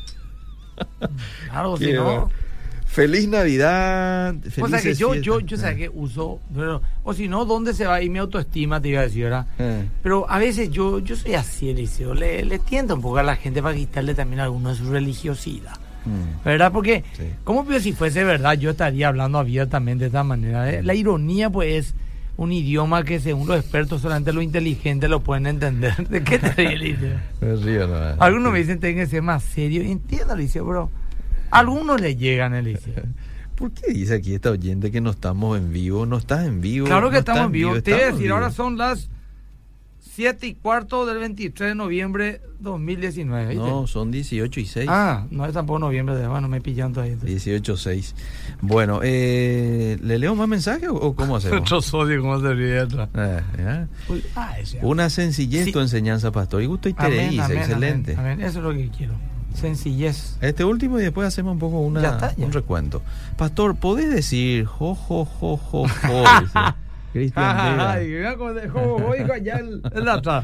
Claro, si no... Feliz Navidad. O sea que yo, yo, yo, sé que uso, pero, o si no, ¿dónde se va? Y mi autoestima, te iba a decir, ¿verdad? Eh. Pero a veces yo, yo soy así, Eliseo, le, le tiento un poco a la gente para quitarle también alguno de su religiosidad. Mm. ¿Verdad? Porque, sí. ¿cómo pero si fuese verdad? Yo estaría hablando abiertamente de esta manera. ¿eh? La ironía, pues, es un idioma que según los expertos solamente los inteligentes lo pueden entender. ¿De qué te ríes, Eliseo? Me río, no, eh. Algunos sí. me dicen tengo que ser más serio. Entiendo, Eliseo, bro. Algunos le llegan, Eliseo. ¿Por qué dice aquí esta oyente que no estamos en vivo? ¿No estás en vivo? Claro que no estamos en vivo. vivo. Te voy a decir, ahora son las siete y cuarto del veintitrés de noviembre dos mil diecinueve. ¿viste? No, son dieciocho y seis. Ah, no es tampoco noviembre, de bueno, me pillan todavía. dieciocho seis. Bueno, eh, ¿le leo más mensajes o, o cómo hacemos? Otro socio, ¿cómo se ríe atrás? Eh, ¿eh? Ah, ese, Una sencillez sí. tu enseñanza, pastor. Y gusto y te amén, dice, amén, excelente. Amén, amén. Eso es lo que quiero. Sencillez. Este último y después hacemos un poco una, ya está, ya. un recuento. Pastor, ¿podés decir jo, jo, jo, jo, jo? Cristian Vega. Ay, mira cómo de jo, jo, hijo, allá en la atrás.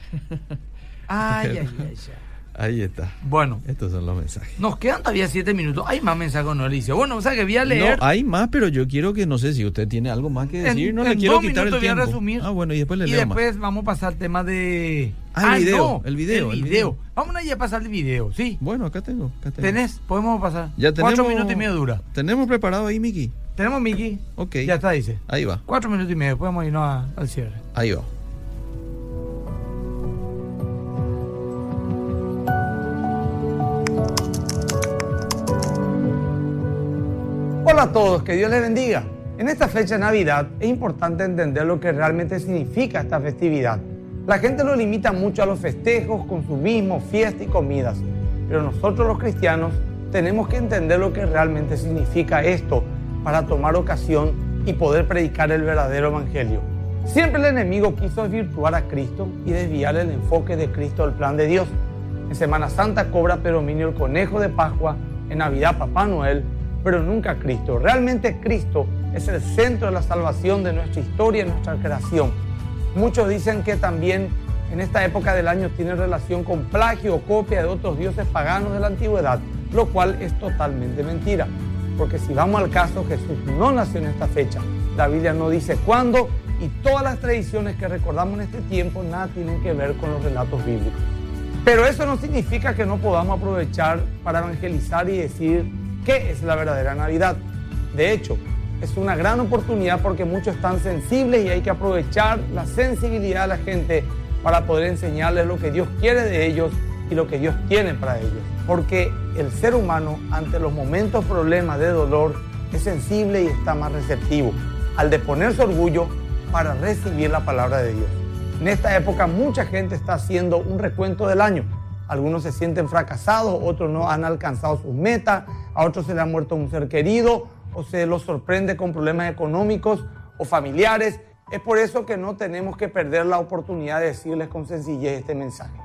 Ay, ay, ay, ay. Ahí está. Bueno. Estos son los mensajes. Nos quedan todavía siete minutos. Hay más mensajes, ¿no, Alicia? Bueno, o sea que voy a leer. No, hay más, pero yo quiero que, no sé si usted tiene algo más que decir. En, no en le quiero dos quitar el tiempo. Voy a resumir. Ah, bueno, y después le y leo después más. vamos a pasar al tema de... Ah, el video, no, el video. El el video. video. Vamos a ir a pasar el video, ¿sí? Bueno, acá tengo. Acá tengo. ¿Tenés? Podemos pasar. Ya tenemos. Cuatro minutos y medio dura. ¿Tenemos preparado ahí, Miki? Tenemos, Miki. Ok. Ya está, dice. Ahí va. Cuatro minutos y medio. Podemos irnos a, al cierre. Ahí va. Hola a todos, que Dios les bendiga. En esta fecha de Navidad es importante entender lo que realmente significa esta festividad. La gente lo limita mucho a los festejos, consumismo, fiesta y comidas. Pero nosotros los cristianos tenemos que entender lo que realmente significa esto para tomar ocasión y poder predicar el verdadero evangelio. Siempre el enemigo quiso desvirtuar a Cristo y desviar el enfoque de Cristo al plan de Dios. En Semana Santa cobra predominio el conejo de Pascua, en Navidad Papá Noel, pero nunca Cristo. Realmente Cristo es el centro de la salvación de nuestra historia y nuestra creación. Muchos dicen que también en esta época del año tiene relación con plagio o copia de otros dioses paganos de la antigüedad, lo cual es totalmente mentira. Porque si vamos al caso, Jesús no nació en esta fecha. La Biblia no dice cuándo y todas las tradiciones que recordamos en este tiempo nada tienen que ver con los relatos bíblicos. Pero eso no significa que no podamos aprovechar para evangelizar y decir qué es la verdadera Navidad. De hecho, es una gran oportunidad porque muchos están sensibles y hay que aprovechar la sensibilidad de la gente para poder enseñarles lo que Dios quiere de ellos y lo que Dios tiene para ellos. Porque el ser humano, ante los momentos, problemas de dolor, es sensible y está más receptivo al deponer su orgullo para recibir la palabra de Dios. En esta época mucha gente está haciendo un recuento del año. Algunos se sienten fracasados, otros no han alcanzado sus metas, a otros se le ha muerto un ser querido o se los sorprende con problemas económicos o familiares. Es por eso que no tenemos que perder la oportunidad de decirles con sencillez este mensaje.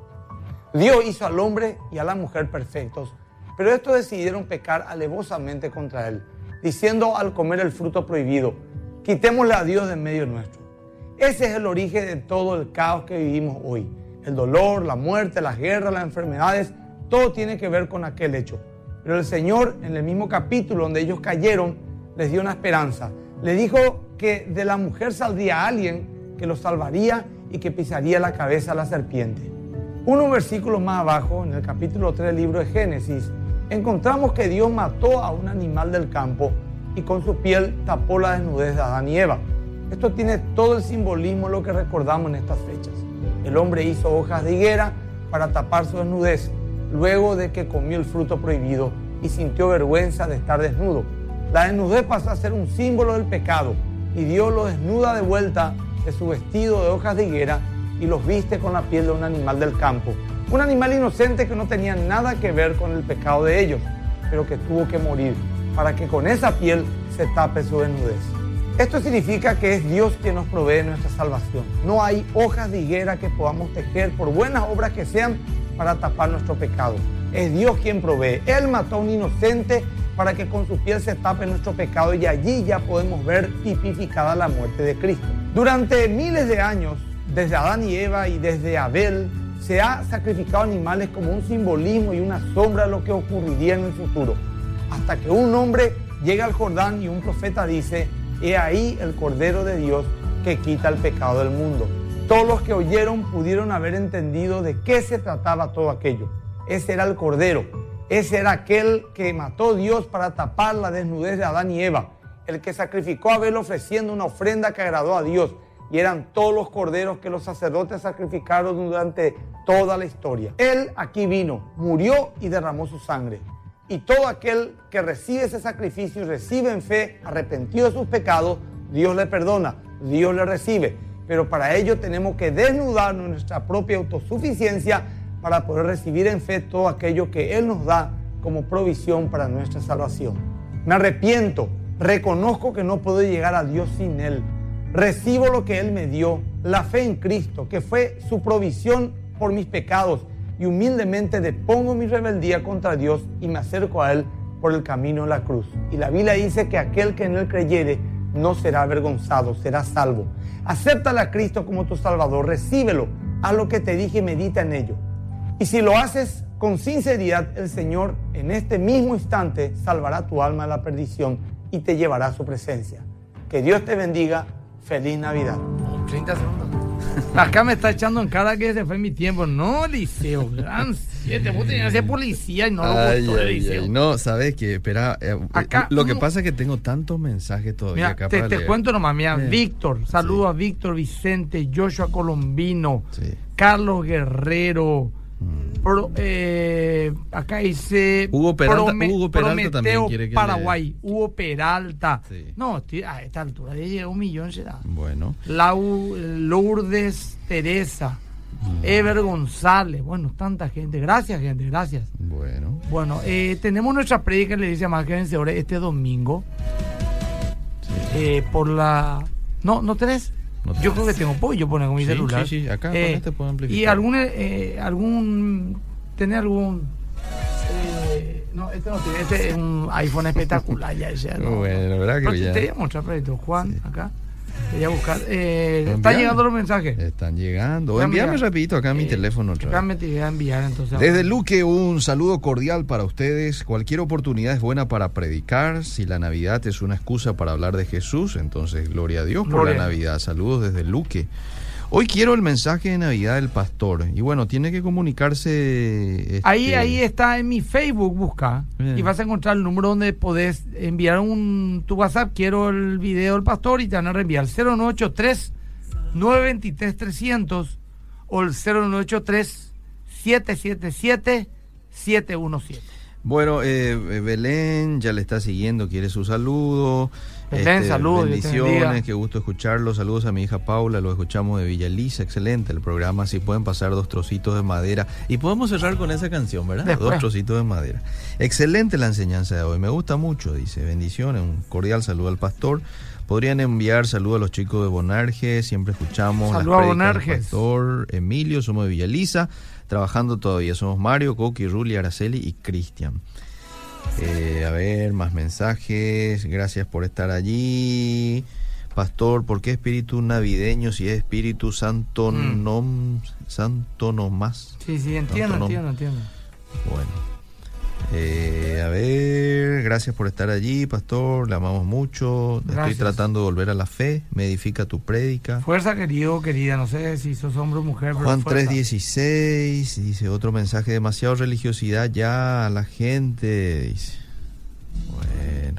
Dios hizo al hombre y a la mujer perfectos, pero estos decidieron pecar alevosamente contra él, diciendo al comer el fruto prohibido, quitémosle a Dios de en medio nuestro. Ese es el origen de todo el caos que vivimos hoy. El dolor, la muerte, las guerras, las enfermedades, todo tiene que ver con aquel hecho. Pero el Señor, en el mismo capítulo donde ellos cayeron, les dio una esperanza. Le dijo que de la mujer saldría alguien que los salvaría y que pisaría la cabeza a la serpiente. Unos versículos más abajo, en el capítulo tres del libro de Génesis, encontramos que Dios mató a un animal del campo y con su piel tapó la desnudez de Adán y Eva. Esto tiene todo el simbolismo de lo que recordamos en estas fechas. El hombre hizo hojas de higuera para tapar su desnudez, luego de que comió el fruto prohibido y sintió vergüenza de estar desnudo. La desnudez pasó a ser un símbolo del pecado y Dios lo desnuda de vuelta de su vestido de hojas de higuera y los viste con la piel de un animal del campo. Un animal inocente que no tenía nada que ver con el pecado de ellos, pero que tuvo que morir para que con esa piel se tape su desnudez. Esto significa que es Dios quien nos provee nuestra salvación. No hay hojas de higuera que podamos tejer, por buenas obras que sean, para tapar nuestro pecado. Es Dios quien provee. Él mató a un inocente para que con su piel se tape nuestro pecado y allí ya podemos ver tipificada la muerte de Cristo. Durante miles de años, desde Adán y Eva y desde Abel, se ha sacrificado animales como un simbolismo y una sombra de lo que ocurriría en el futuro. Hasta que un hombre llega al Jordán y un profeta dice: he ahí el Cordero de Dios que quita el pecado del mundo. Todos los que oyeron pudieron haber entendido de qué se trataba todo aquello. Ese era el Cordero. Ese era aquel que mató Dios para tapar la desnudez de Adán y Eva. El que sacrificó a Abel ofreciendo una ofrenda que agradó a Dios. Y eran todos los corderos que los sacerdotes sacrificaron durante toda la historia. Él aquí vino, murió y derramó su sangre. Y todo aquel que recibe ese sacrificio y recibe en fe, arrepentido de sus pecados, Dios le perdona, Dios le recibe. Pero para ello tenemos que desnudarnos nuestra propia autosuficiencia para poder recibir en fe todo aquello que Él nos da como provisión para nuestra salvación. Me arrepiento, reconozco que no puedo llegar a Dios sin Él. Recibo lo que Él me dio, la fe en Cristo, que fue su provisión por mis pecados. Y humildemente depongo mi rebeldía contra Dios y me acerco a Él por el camino de la cruz. Y la Biblia dice que aquel que en Él creyere no será avergonzado, será salvo. Acéptale a Cristo como tu Salvador, recíbelo, haz lo que te dije y medita en ello. Y si lo haces con sinceridad, el Señor en este mismo instante salvará tu alma de la perdición y te llevará a su presencia. Que Dios te bendiga. Feliz Navidad. treinta segundos. Acá me está echando en cara que ese fue mi tiempo. No, Liceo, gran siete. Vos tenías que ser policía y no lo ay, gustó el ay, Liceo. ay. No, ¿sabes qué? Espera, eh, Acá, lo que uno, pasa es que tengo tantos mensajes todavía mira, acá te, para te leer. cuento nomás, mira, Eh. Víctor, saludo Sí. a Víctor Vicente, Joshua Colombino, Sí. Carlos Guerrero, Mm. pro- eh, acá dice Hugo Peralta- Prome- Hugo Peralta Prometeo también quiere que Paraguay, Hugo Peralta. Sí. No, estoy- a esta altura ya llega un millón será. Bueno, Lau, Lourdes Teresa, Ever González, bueno, tanta gente, gracias gente, gracias. bueno. Bueno, eh, tenemos nuestra prédica en la iglesia Más que Vencedores este domingo, eh, por la... No, ¿no tenés? No Yo tengo. creo que tengo, puedo yo poner con mi Sí, celular. sí, sí, acá con Eh, este puedo amplificar. Y algún, eh, algún, ¿tenés algún... eh, no, este no tiene, este es un iPhone espectacular ya ese, ¿no? Bueno, la verdad que Pero ya- te voy a mostrar, Pedrito, Juan, Sí. acá. Te voy a buscar. Eh, Envíame. ¿Están llegando los mensajes? Están llegando. Déjame Envíame mirar. rapidito acá a mi Eh, teléfono otra Acá vez. me te voy a enviar entonces. Desde Luque, un saludo cordial para ustedes. Cualquier oportunidad es buena para predicar. Si la Navidad es una excusa para hablar de Jesús, entonces gloria a Dios por Gloria. la Navidad. Saludos desde Luque. Hoy quiero el mensaje de Navidad del pastor. Y bueno, tiene que comunicarse... este, Ahí, ahí está en mi Facebook, busca. Bien. Y vas a encontrar el número donde podés enviar un tu WhatsApp. Quiero el video del pastor y te van a reenviar cero nueve ocho tres, nueve dos tres, trescientos o el cero nueve ocho tres, siete siete siete, siete uno siete. Bueno, eh, Belén ya le está siguiendo, quiere su saludo. Belén, este, saludos. bendiciones, qué gusto escucharlo. Saludos a mi hija Paula, lo escuchamos de Villa Elisa, excelente el programa. Si pueden pasar dos trocitos de madera. Y podemos cerrar con esa canción, ¿verdad? Después. Dos trocitos de madera. Excelente la enseñanza de hoy, me gusta mucho, dice. Bendiciones, un cordial saludo al pastor. Podrían enviar saludos a los chicos de Bonarje, siempre escuchamos Saludos las a prédicas del Bonarjes. pastor Emilio, somos de Villa Elisa, trabajando todavía. Somos Mario, Coqui, Ruli, Araceli y Cristian. Eh, a ver, más mensajes. Gracias por estar allí. Pastor, ¿por qué espíritu navideño si es espíritu santo Mm. nom, santo no más? Sí, sí, entiendo, Santo nom- entiendo, entiendo. Bueno. Eh, a ver, gracias por estar allí, pastor. Le amamos mucho. Gracias. Estoy tratando de volver a la fe. Me edifica tu prédica. Fuerza, querido, querida. No sé si sos hombre o mujer, pero Juan fuerza. tres dieciséis dice otro mensaje, demasiado religiosidad ya a la gente, dice. Bueno,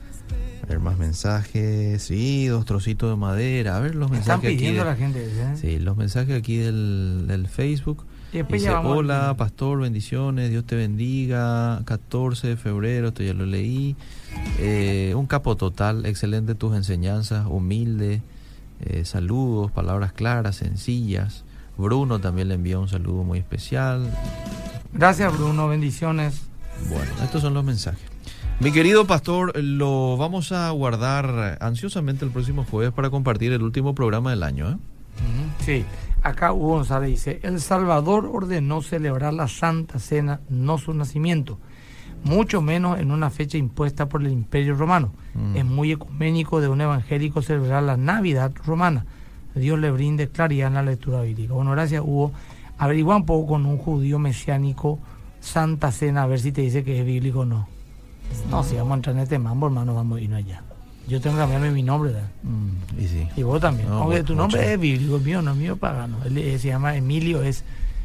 a ver más mensajes. Sí, dos trocitos de madera. A ver los Están mensajes aquí pidiendo de- la gente. ¿eh? sí, los mensajes aquí del, del Facebook. Y después Dice, ya vamos hola al- pastor, bendiciones, Dios te bendiga. catorce de febrero, esto ya lo leí. Eh, un capo total, excelente tus enseñanzas, humilde. Eh, saludos, palabras claras, sencillas. Bruno también le envía un saludo muy especial. Gracias, Bruno. Bendiciones. Bueno, estos son los mensajes. Mi querido pastor, lo vamos a guardar ansiosamente el próximo jueves para compartir el último programa del año, ¿eh? Ujú. Sí, acá Hugo González dice, El Salvador ordenó celebrar la Santa Cena, no su nacimiento, mucho menos en una fecha impuesta por el Imperio Romano. Mm. Es muy ecuménico de un evangélico celebrar la Navidad romana. Dios le brinde claridad en la lectura bíblica. Bueno, gracias, Hugo. Averigua un poco con un judío mesiánico Santa Cena, a ver si te dice que es bíblico o no. No, si vamos a entrar en este mambo, hermano, vamos a irnos allá. Yo tengo que cambiarme mi nombre, ¿verdad? Mm, y sí. Y vos también. No, Aunque mucho. tu nombre es bíblico, el mío no, el mío es pagano. Él eh, se llama Emilio, es,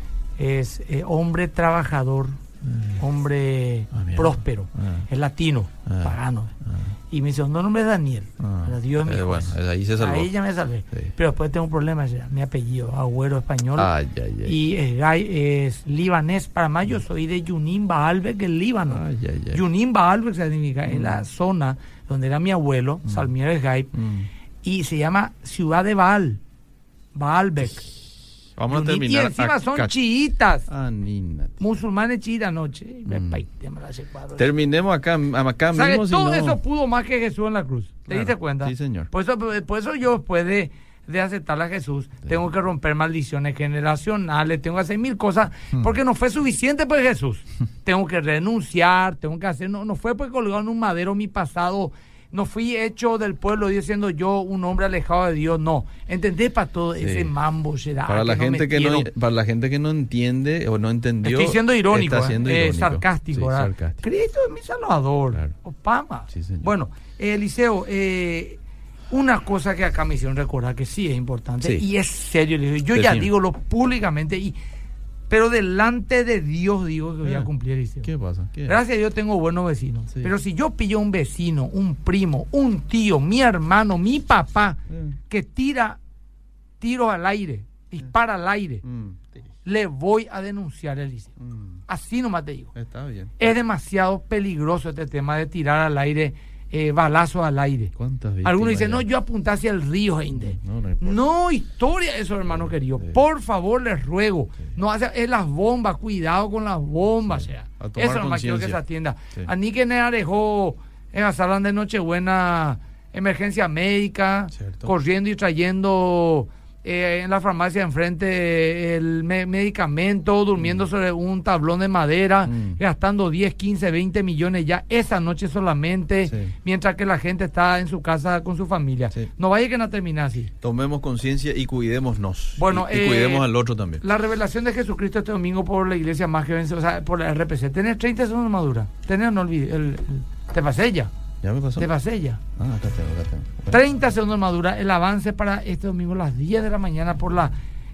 es eh, hombre trabajador, Mm. hombre Ah, mira. próspero, Ah. es latino, Ah. pagano. Ah. Y mi segundo nombre es Daniel. Ah. Pero Dios Eh, mío. bueno, ahí se salvó. Ahí ya me salvé. Sí. Pero después tengo un problema ya. Mi apellido, Agüero español. Ay, ay, ay. Y es, gai- es libanés. Para más, yo soy de Yunín Baalbek, el Líbano. Ay, ay, ay. Yunín Baalbek significa en la zona donde era mi abuelo, Salmier El Gaib, Mm. y se llama Ciudad de Baal, Baalbek. Vamos a Yunín, terminar y encima acá. son chiitas, Ah, nina. musulmanes chiitas, noche. Mm. Terminemos Terminemos acá, acá mismo. Si todo no... eso pudo más que Jesús en la cruz. ¿Te Claro. diste cuenta? Sí, señor. Por eso, por eso yo después de, de aceptar a Jesús, Sí. tengo que romper maldiciones generacionales, tengo que hacer mil cosas, Hmm. porque no fue suficiente por Jesús. Tengo que renunciar, tengo que hacer, no, no fue porque colgado en un madero mi pasado, no fui hecho del pueblo diciendo yo un hombre alejado de Dios, no. ¿Entendés para todo Sí. ese mambo? Será, Para la no gente que no, metieron? para la gente que no entiende o no entendió. Estoy siendo irónico, está siendo eh, irónico. sarcástico, Sí, ¿verdad? sarcástico. Cristo es mi salvador, Claro. Opama. Sí, señor. Bueno, eh, Eliseo, eh, una cosa que acá me hicieron recordar que sí es importante Sí. y es serio, Eliseo. Yo ya Decime. digo lo públicamente, y, pero delante de Dios digo que voy a Eh, cumplir, Eliseo. ¿Qué pasa? ¿Qué? Gracias a Dios tengo buenos vecinos. Sí. Pero si yo pillo un vecino, un primo, un tío, mi hermano, mi papá, Eh. que tira tiros al aire, dispara al aire, Mm, le voy a denunciar, Eliseo. mm, Así nomás te digo. está bien. Es demasiado peligroso este tema de tirar al aire, eh, balazos al aire. ¿Cuántas víctimas Algunos dicen, ya? no, yo apunté hacia el río, Heinde. No, no importa. No, historia eso, hermano querido. Sí. Por favor, les ruego. Sí. No hace, es las bombas, cuidado con las bombas. Sí. O sea. A tomar Eso nomás quiero que se conciencia. atienda. Sí. A mí que me dejó en la sala de Nochebuena, emergencia médica, Cierto. corriendo y trayendo eh, en la farmacia enfrente el me- medicamento, durmiendo sobre un tablón de madera, Mm. gastando diez, quince, veinte millones ya esa noche solamente, Sí. mientras que la gente está en su casa con su familia. Sí. No vaya que no termine así. Tomemos conciencia y cuidémonos. Bueno, y, y eh, cuidemos al otro también. La revelación de Jesucristo este domingo por la iglesia más que vence, o sea, por la R P C. Tenés treinta segundos madura. Tenés, no olvides, el, el- te pasé ya, ¿Ya me pasó? te pasé ya. Ah, acá tengo, acá tengo. treinta segundos madura, el avance para este domingo a las diez de la mañana por la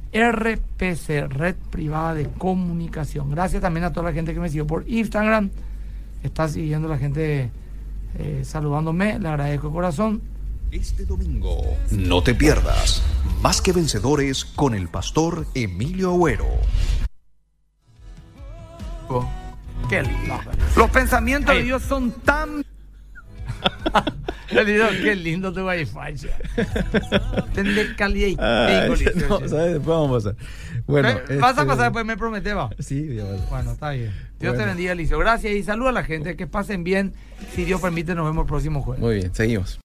R P C, Red Privada de Comunicación. Gracias también a toda la gente que me siguió por Instagram. Está siguiendo la gente eh, saludándome, le agradezco de corazón. Este domingo, no te pierdas Más que Vencedores con el pastor Emilio Agüero. Qué lindo. Los pensamientos Ay. de Dios son tan... Qué lindo tu wifi. Tendré calidad. No, ¿sabes? Después vamos a pasar. Bueno, ¿Vas este... a pasar después? ¿Me promete, va? Sí, voy a pasar. Bueno, está bien. Dios Bueno. te bendiga, Eliseo. Gracias y saluda a la gente. Que pasen bien. Si Dios permite, nos vemos el próximo jueves. Muy bien, seguimos.